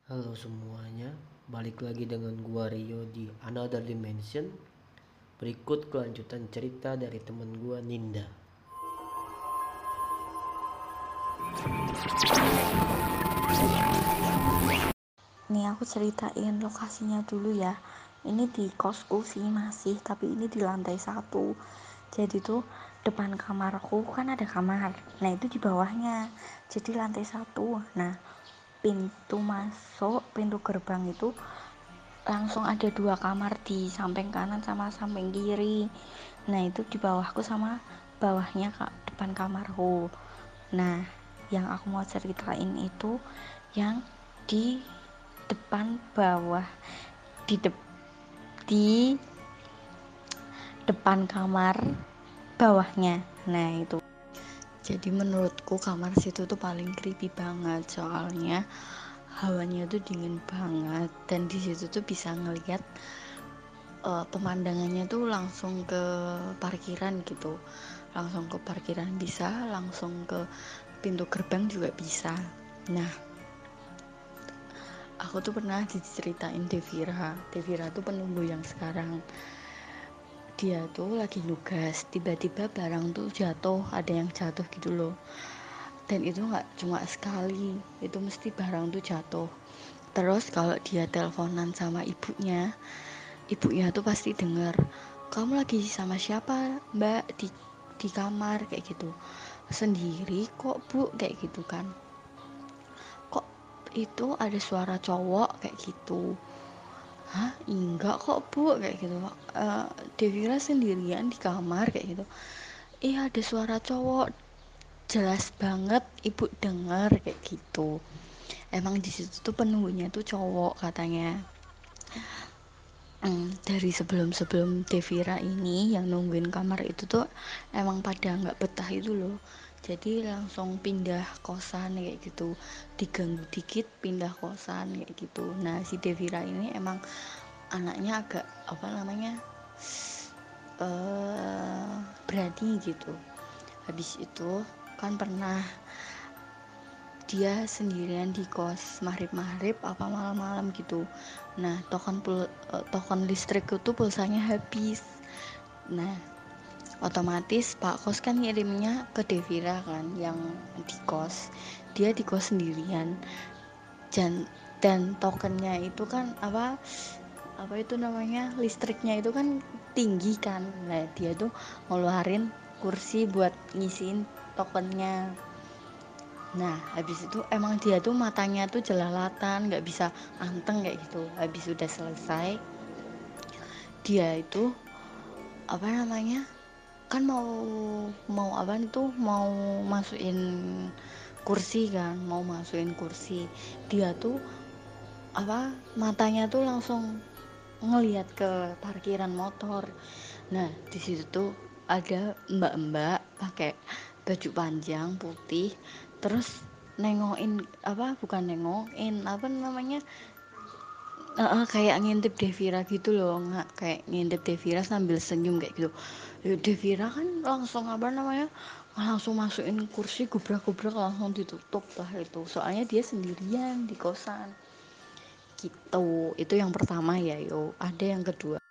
Halo semuanya, balik lagi dengan gua Rio di Another Dimension. Berikut kelanjutan cerita dari temen gua Ninda. Nih aku ceritain lokasinya dulu ya. Ini di kosku sih masih, tapi ini di lantai 1. Jadi tuh depan kamarku kan ada kamar. Nah itu di bawahnya. Jadi lantai 1. Nah pintu masuk, pintu gerbang itu langsung ada 2 kamar di samping kanan sama samping kiri. Nah itu di bawahku sama bawahnya depan kamarku. Nah yang aku mau ceritain itu yang di depan bawah, di depan kamar bawahnya. Nah itu jadi menurutku kamar situ tuh paling creepy banget, soalnya hawanya tuh dingin banget dan di situ tuh bisa ngelihat pemandangannya tuh langsung ke parkiran gitu, langsung ke parkiran bisa, langsung ke pintu gerbang juga bisa. Nah aku tuh pernah diceritain Devira tuh penunggu yang sekarang. Dia tuh lagi nugas, tiba-tiba barang tuh jatuh, ada yang jatuh gitu loh. Dan itu nggak cuma sekali, itu mesti barang tuh jatuh. Terus kalau dia teleponan sama ibunya tuh pasti denger, kamu lagi sama siapa mbak di kamar kayak gitu. Sendiri kok bu, kayak gitu kan. Kok itu ada suara cowok kayak gitu. Hah enggak kok bu, kayak gitu. Devira sendirian di kamar kayak gitu. Iya ada suara cowok, jelas banget ibu denger kayak gitu. Emang di situ tuh penunggunya tuh cowok katanya. Dari sebelum Devira ini yang nungguin kamar itu tuh emang pada nggak betah itu loh, jadi langsung pindah kosan kayak gitu, diganggu dikit pindah kosan kayak gitu. Nah si Devira ini emang anaknya agak apa namanya berani gitu. Habis itu kan pernah dia sendirian di kos maghrib apa malam-malam gitu. Nah token listrik itu pulsanya habis. Nah otomatis pak kos kan ngirimnya ke Devira kan yang di kos, dia di kos sendirian. Dan tokennya itu kan apa itu namanya, listriknya itu kan tinggi kan. Nah dia tuh ngeluarin kursi buat ngisiin tokennya. Nah habis itu emang dia tuh matanya tuh jelalatan, nggak bisa anteng kayak gitu. Habis udah selesai, dia itu apa namanya kan mau apa itu, mau masukin kursi kan, mau masukin kursi. Dia tuh apa, matanya tuh langsung ngelihat ke parkiran motor. Nah di situ tuh ada mbak-mbak pakai baju panjang putih, terus nengokin apa, bukan nengokin apa namanya, kayak ngintip Devira gitu loh, nggak kayak ngintip Devira sambil senyum kayak gitu. Devira kan langsung apa namanya, langsung masukin kursi, gubrak-gubrak langsung ditutup lah itu, soalnya dia sendirian di kosan gitu. Itu yang pertama ya. Ada yang kedua,